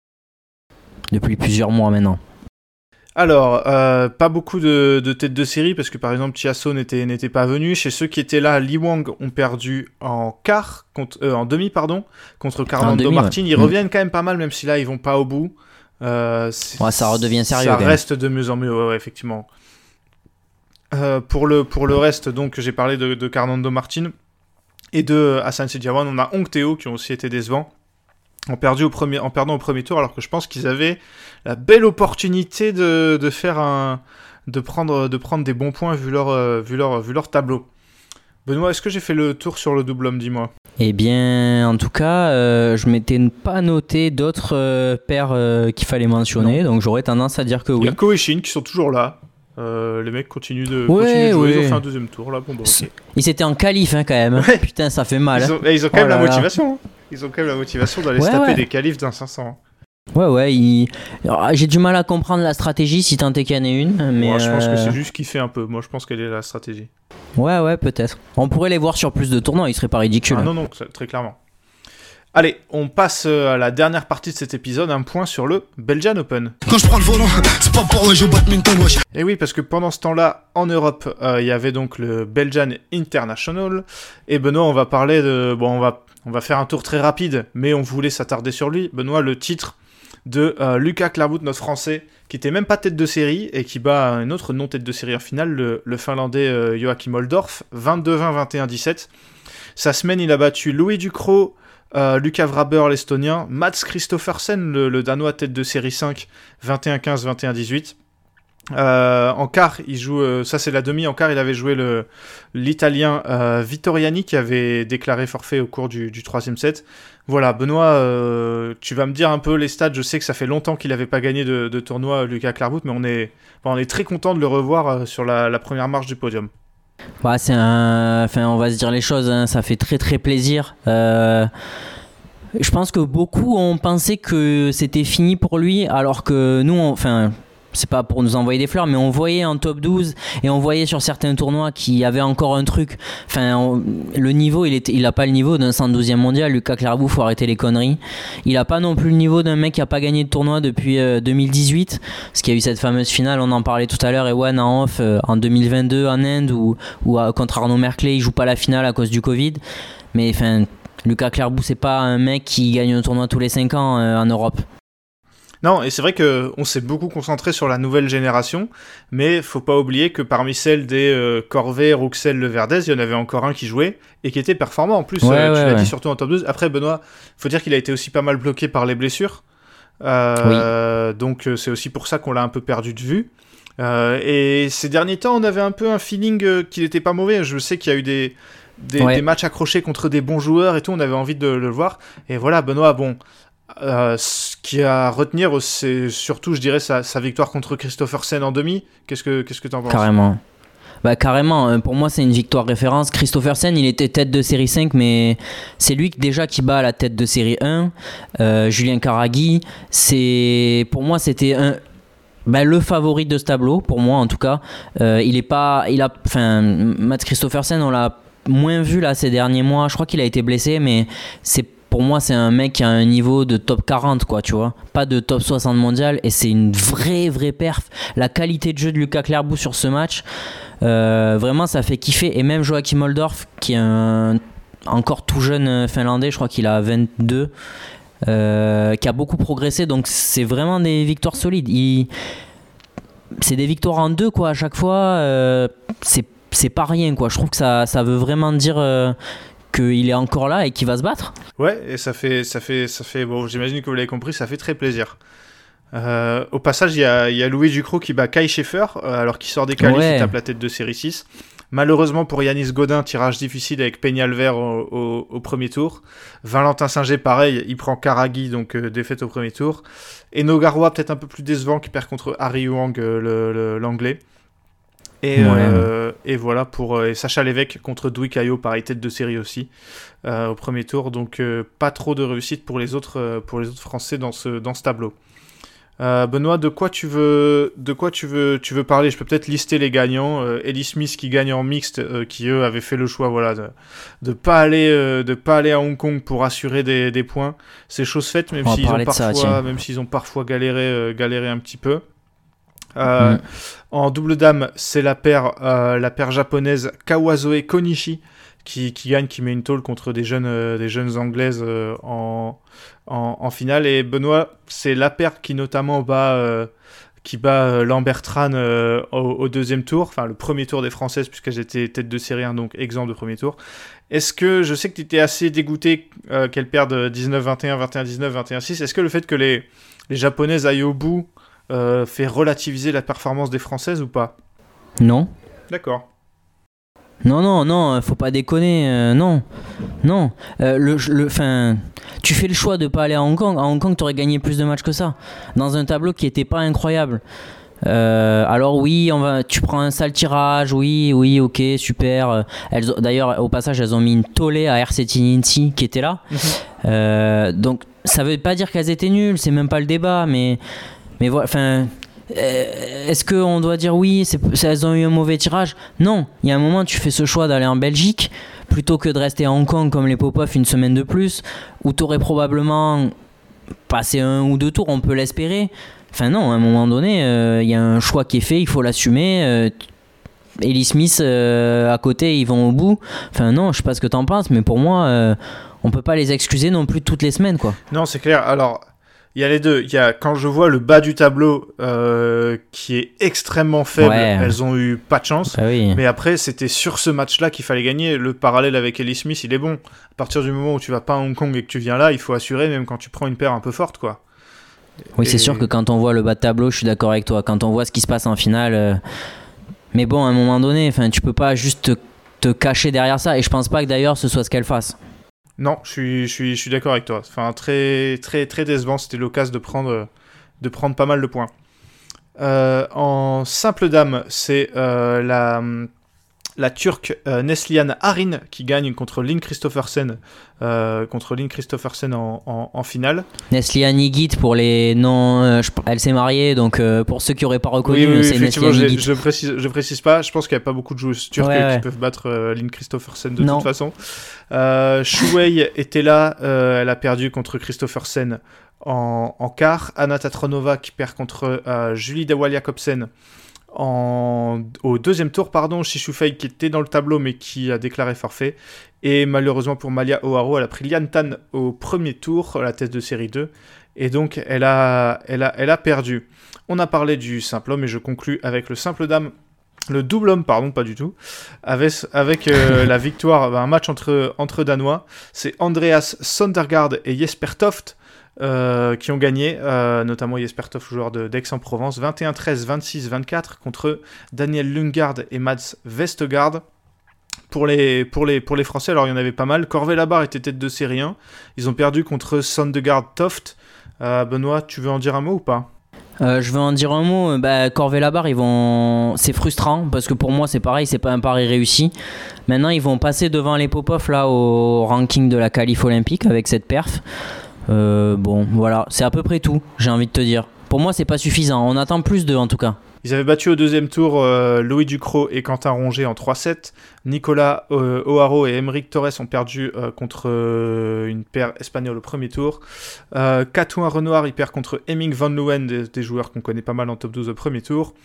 depuis plusieurs mois maintenant. Alors, pas beaucoup de têtes de série, parce que par exemple Chiasso n'était pas venu. Chez ceux qui étaient là, Li Wang ont perdu en demi contre Fernando Martin. Ils reviennent quand même pas mal, même si là ils vont pas au bout. Ça redevient sérieux. Ça reste de mieux en mieux, ouais, effectivement. Pour le reste, donc, j'ai parlé de Fernando Martin et de Hassan Sidiawan. On a Hong Teo qui ont aussi été décevants en perdant au premier tour, alors que je pense qu'ils avaient la belle opportunité de prendre des bons points vu leur tableau. Benoît, est-ce que j'ai fait le tour sur le double homme, dis-moi? Eh bien, en tout cas, je m'étais pas noté d'autres paires qu'il fallait mentionner, donc j'aurais tendance à dire que oui. Il y a Ko et Shin qui sont toujours là. Les mecs continuent de jouer, ils ont fait un deuxième tour là. Bon, okay. Ils étaient en qualif quand même. Ouais. Putain, ça fait mal. Ils ont quand même la motivation. Ils ont quand même la motivation d'aller se taper des qualifs d'un 500. Alors, j'ai du mal à comprendre la stratégie si tant est qu'il y en ait une. Mais moi, je pense que c'est juste kiffer un peu. Moi, je pense qu'elle est la stratégie. Ouais, peut-être. On pourrait les voir sur plus de tournois, ils seraient pas ridicules. Ah non, très clairement. Allez, on passe à la dernière partie de cet épisode, un point sur le Belgian Open. Quand je prends le volant, c'est pas pour jouer au badminton, wesh. Et oui, parce que pendant ce temps-là, en Europe, il y avait donc le Belgian International. Et Benoît, on va parler de... Bon, on va faire un tour très rapide, mais on voulait s'attarder sur lui. Benoît, le titre de Lucas Clairvout, notre Français, qui était même pas tête de série, et qui bat un autre non-tête de série en finale, le Finlandais Joachim Oldorf, 22-20, 21-17. Sa semaine, il a battu Louis Ducrot, Luca Vraber, l'Estonien, Mats Christoffersen, le Danois tête de série 5, 21-15, 21-18. En quart, il joue, ça c'est la demi, en quart il avait joué l'Italien Vittoriani qui avait déclaré forfait au cours du troisième set. Voilà, Benoît, tu vas me dire un peu les stats, je sais que ça fait longtemps qu'il n'avait pas gagné de tournoi Lucas Clairvout, mais on est très content de le revoir sur la première marche du podium. On va se dire les choses, hein, ça fait très très plaisir. Je pense que beaucoup ont pensé que c'était fini pour lui, alors que nous, c'est pas pour nous envoyer des fleurs, mais on voyait en top 12 et on voyait sur certains tournois qu'il y avait encore un truc. Le niveau, il a pas le niveau d'un 112e mondial. Lucas Clairvout, faut arrêter les conneries. Il a pas non plus le niveau d'un mec qui a pas gagné de tournoi depuis 2018, parce qu'il y a eu cette fameuse finale, on en parlait tout à l'heure, Ewan en off en 2022 en Inde où contre Arnaud Merclé, il joue pas la finale à cause du Covid. Mais Lucas Clairvout, c'est pas un mec qui gagne un tournoi tous les 5 ans en Europe. Non, et c'est vrai qu'on s'est beaucoup concentré sur la nouvelle génération, mais faut pas oublier que parmi celles des Corvet, Rouxel, Leverdez, il y en avait encore un qui jouait et qui était performant en plus. Tu l'as dit surtout en top 12. Après, Benoît, faut dire qu'il a été aussi pas mal bloqué par les blessures. Donc c'est aussi pour ça qu'on l'a un peu perdu de vue. Et ces derniers temps, on avait un peu un feeling qu'il était pas mauvais. Je sais qu'il y a eu des matchs accrochés contre des bons joueurs et tout, on avait envie de le voir. Et voilà, Benoît, bon... ce qui est à retenir, c'est surtout, je dirais, sa victoire contre Christoffersen en demi. Qu'est-ce que t'en penses ? Carrément, pour moi c'est une victoire référence. Christoffersen, il était tête de série 5, mais c'est lui déjà qui bat la tête de série 1. Julien Karagui, pour moi c'était le favori de ce tableau, pour moi en tout cas. Mats Christoffersen, on l'a moins vu là ces derniers mois. Je crois qu'il a été blessé, mais pour moi, c'est un mec qui a un niveau de top 40, quoi, tu vois. Pas de top 60 mondial, et c'est une vraie perf. La qualité de jeu de Lucas Clairvout sur ce match, vraiment, ça fait kiffer. Et même Joachim Oldorf, qui est encore tout jeune finlandais, je crois qu'il a 22, qui a beaucoup progressé. Donc, c'est vraiment des victoires solides. C'est des victoires en deux, quoi, à chaque fois. C'est pas rien, quoi. Je trouve que ça veut vraiment dire... qu'il est encore là et qu'il va se battre. Ouais, et ça fait bon, j'imagine que vous l'avez compris, ça fait très plaisir. Au passage, il y a Louis Ducrot qui bat Kai Schaeffer, alors qu'il sort des qualifs, il tape la tête de série 6. Malheureusement pour Yanis Godin, tirage difficile avec Peñalver au premier tour. Valentin Singer, pareil, il prend Karagi, donc défaite au premier tour. Et Nogaroa, peut-être un peu plus décevant, qui perd contre Harry Huang, l'anglais. Et voilà pour et Sacha Lévesque contre Dwi Caio, pareil, tête de série aussi au premier tour. Donc pas trop de réussite pour les autres Français dans ce tableau. Benoît, de quoi tu veux parler? Je peux peut-être lister les gagnants. Ellie Smith qui gagne en mixte, qui eux avaient fait le choix, voilà, de pas aller à Hong Kong pour assurer des points. C'est chose faite, même s'ils ont parfois galéré un petit peu. En double dame, c'est la paire japonaise Kawazoe Konishi qui gagne, qui met une tôle contre des jeunes anglaises en finale. Et Benoît, c'est la paire qui notamment bat Lambert Tran au deuxième tour, enfin le premier tour des Françaises, puisqu'elles étaient tête de série 1, donc exempt de premier tour. Est-ce que, je sais que tu étais assez dégoûté qu'elles perdent 19-21, 21-19, 21-6, est-ce que le fait que les Japonaises aillent au bout fait relativiser la performance des Françaises ou pas? Non. D'accord. Non, faut pas déconner, non. Tu fais le choix de pas aller à Hong Kong. À Hong Kong, t'aurais gagné plus de matchs que ça, dans un tableau qui était pas incroyable. Alors oui, tu prends un sale tirage, oui, ok, super. D'ailleurs, au passage, elles ont mis une tollée à RCT Ninty qui était là. Donc, ça veut pas dire qu'elles étaient nulles, c'est même pas le débat, mais voilà, enfin. Est-ce qu'on doit dire oui, elles ont eu un mauvais tirage? Non, il y a un moment tu fais ce choix d'aller en Belgique plutôt que de rester à Hong Kong comme les Popov une semaine de plus, où tu aurais probablement passé 1 ou 2 tours, on peut l'espérer. Enfin non, à un moment donné, il y a un choix qui est fait, il faut l'assumer. Ellie Smith à côté, ils vont au bout. Enfin non, je sais pas ce que t'en penses, mais pour moi, on peut pas les excuser non plus toutes les semaines, quoi. Non, c'est clair. Alors, il y a les deux. Il y a, quand je vois le bas du tableau qui est extrêmement faible, elles ont eu pas de chance. Ah oui. Mais après, c'était sur ce match-là qu'il fallait gagner. Le parallèle avec Ellie Smith, il est bon. À partir du moment où tu vas pas à Hong Kong et que tu viens là, il faut assurer, même quand tu prends une paire un peu forte, quoi. Oui, c'est sûr que quand on voit le bas de tableau, je suis d'accord avec toi. Quand on voit ce qui se passe en finale, mais bon, à un moment donné, tu peux pas juste te cacher derrière ça. Et je pense pas que d'ailleurs ce soit ce qu'elle fasse. Non, je suis d'accord avec toi. Enfin, très, très, très décevant. C'était l'occasion de prendre pas mal de points. En simple dame, c'est la Turque Neslihan Arin qui gagne contre Lynn Christophersen en finale. Neslihan Igit pour les non, elle s'est mariée, donc pour ceux qui n'auraient pas reconnu, c'est Neslihan Igit. Je précise pas, je pense qu'il n'y a pas beaucoup de joueuses turques qui peuvent battre Lynn Christophersen de toute façon. Shuwei était là, elle a perdu contre Christophersen en quart. Anna Tatranova qui perd contre Julie Dewal-Jacobsen au deuxième tour, Shishufei qui était dans le tableau mais qui a déclaré forfait. Et malheureusement pour Malia O'Haro, elle a pris Lian Tan au premier tour, la tête de série 2. Et donc elle a perdu. On a parlé du simple homme et je conclus avec le simple dame. Le double homme, pas du tout. Avec la victoire, un match entre Danois. C'est Andreas Sondergaard et Jesper Toft qui ont gagné, notamment Jesper Toft, joueur d'Aix-en-Provence, 21-13, 26-24 contre Daniel Lundgaard et Mads Vestergaard. Pour les Français, alors il y en avait pas mal. Corvée-Labarre était tête de série 1. Ils ont perdu contre Sondergaard Toft. Benoît, tu veux en dire un mot ou pas? Je veux en dire un mot. Corvée-Labarre, c'est frustrant parce que pour moi c'est pareil, c'est pas un pari réussi. Maintenant ils vont passer devant les Popov là au ranking de la qualif olympique avec cette perf. Bon, voilà, c'est à peu près tout, j'ai envie de te dire. Pour moi, c'est pas suffisant. On attend plus d'eux, en tout cas. Ils avaient battu au deuxième tour Louis Ducrot et Quentin Ronget en 3-7. Nicolas O'Haro et Emeric Torres ont perdu contre une paire espagnole au premier tour. Catouin Renoir, il perd contre Hemming Van Leeuwen, des joueurs qu'on connaît pas mal en top 12 au premier tour.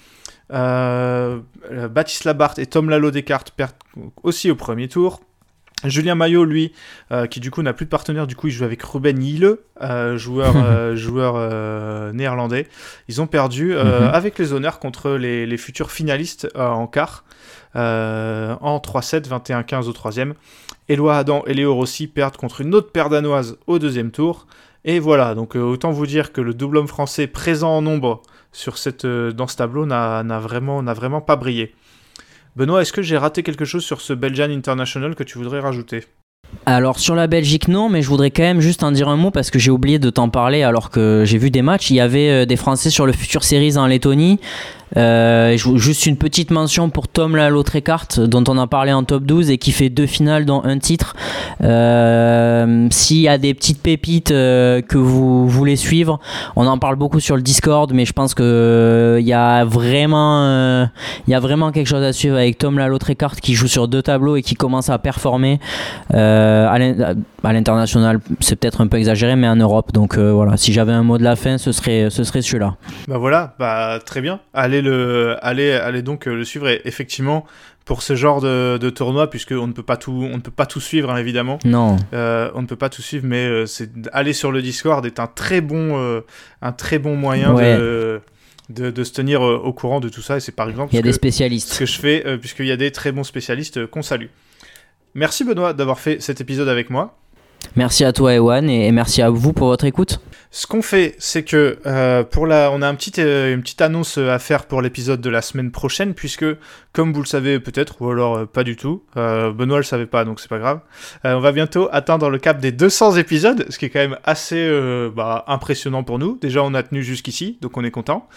Baptiste Labarthe et Tom Lalo Descartes perdent aussi au premier tour. Julien Maillot, lui, qui du coup n'a plus de partenaire, du coup il joue avec Ruben Yile, joueur néerlandais. Ils ont perdu avec les honneurs contre les futurs finalistes en quart, en 3-7, 21-15 au troisième. Éloi Adam et Léo Rossi perdent contre une autre paire danoise au deuxième tour. Et voilà, donc autant vous dire que le double homme français présent en nombre dans ce tableau n'a vraiment pas brillé. Benoît, est-ce que j'ai raté quelque chose sur ce Belgian International que tu voudrais rajouter ? Alors sur la Belgique non, mais je voudrais quand même juste en dire un mot parce que j'ai oublié de t'en parler alors que j'ai vu des matchs. Il y avait des Français sur le Future Series en Lettonie. Juste une petite mention pour Tom Lautrec-Cart dont on a parlé en top 12 et qui fait 2 finales dont un titre. S'il y a des petites pépites que vous voulez suivre, on en parle beaucoup sur le Discord, mais je pense que il y a vraiment quelque chose à suivre avec Tom Lautrec-Cart qui joue sur 2 tableaux et qui commence à performer à l'international. C'est peut-être un peu exagéré, mais en Europe. Donc voilà, si j'avais un mot de la fin, ce serait celui-là. Bah voilà, très bien. Allez donc le suivre, et effectivement pour ce genre de tournoi, puisque on ne peut pas tout suivre, hein, évidemment. Non. On ne peut pas tout suivre, mais aller sur le Discord est un très bon moyen de se tenir au courant de tout ça, et c'est par exemple il y a des spécialistes. Ce que je fais, puisqu'il y a des très bons spécialistes qu'on salue. Merci Benoît d'avoir fait cet épisode avec moi. Merci à toi Ewan et merci à vous pour votre écoute. Ce qu'on fait, c'est que on a une petite annonce à faire pour l'épisode de la semaine prochaine, puisque, comme vous le savez peut-être, ou alors pas du tout, Benoît le savait pas, donc c'est pas grave, on va bientôt atteindre le cap des 200 épisodes, ce qui est quand même assez impressionnant pour nous. Déjà, on a tenu jusqu'ici, donc on est content.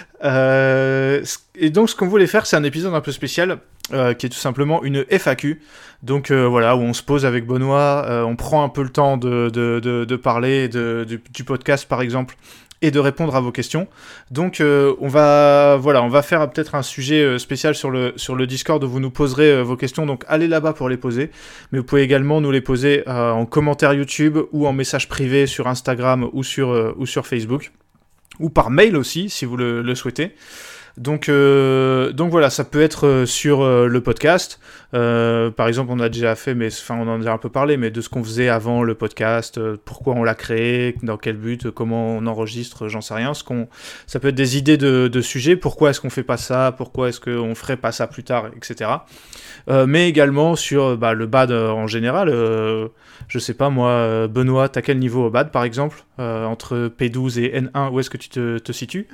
Et donc, ce qu'on voulait faire, c'est un épisode un peu spécial, qui est tout simplement une FAQ. Donc voilà, où on se pose avec Benoît, on prend un peu le temps de parler du podcast par exemple, et de répondre à vos questions. Donc on va faire peut-être un sujet spécial sur le Discord où vous nous poserez vos questions, donc allez là-bas pour les poser, mais vous pouvez également nous les poser en commentaire YouTube ou en message privé sur Instagram ou sur Facebook, ou par mail aussi si vous le souhaitez. Donc voilà, ça peut être sur le podcast. Par exemple, on a déjà fait, on en a déjà un peu parlé, mais de ce qu'on faisait avant le podcast, pourquoi on l'a créé, dans quel but, comment on enregistre, j'en sais rien. Ça peut être des idées de sujets, pourquoi est-ce qu'on fait pas ça, pourquoi est-ce qu'on ferait pas ça plus tard, etc. Mais également sur le bad en général. Je sais pas moi, Benoît, t'as quel niveau au bad par exemple, entre P12 et N1, où est-ce que tu te situes?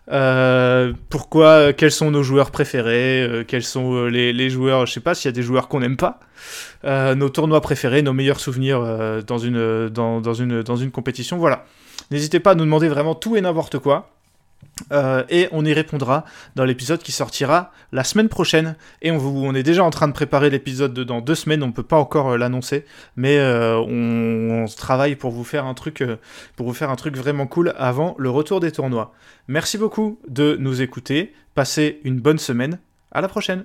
Quels sont nos joueurs préférés, quels sont les joueurs, je sais pas s'il y a des joueurs qu'on n'aime pas, nos tournois préférés, nos meilleurs souvenirs dans une compétition, voilà. N'hésitez pas à nous demander vraiment tout et n'importe quoi. Et on y répondra dans l'épisode qui sortira la semaine prochaine, et on est déjà en train de préparer l'épisode dans 2 semaines, on peut pas encore l'annoncer, mais on travaille pour vous faire un truc vraiment cool avant le retour des tournois. Merci beaucoup de nous écouter, passez une bonne semaine, à la prochaine.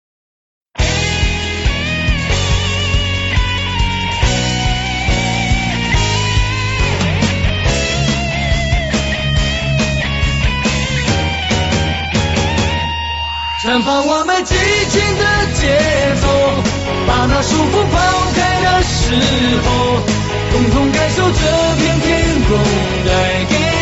绽放我们激情的节奏，把那束缚抛开的时候，共同感受这片天空带给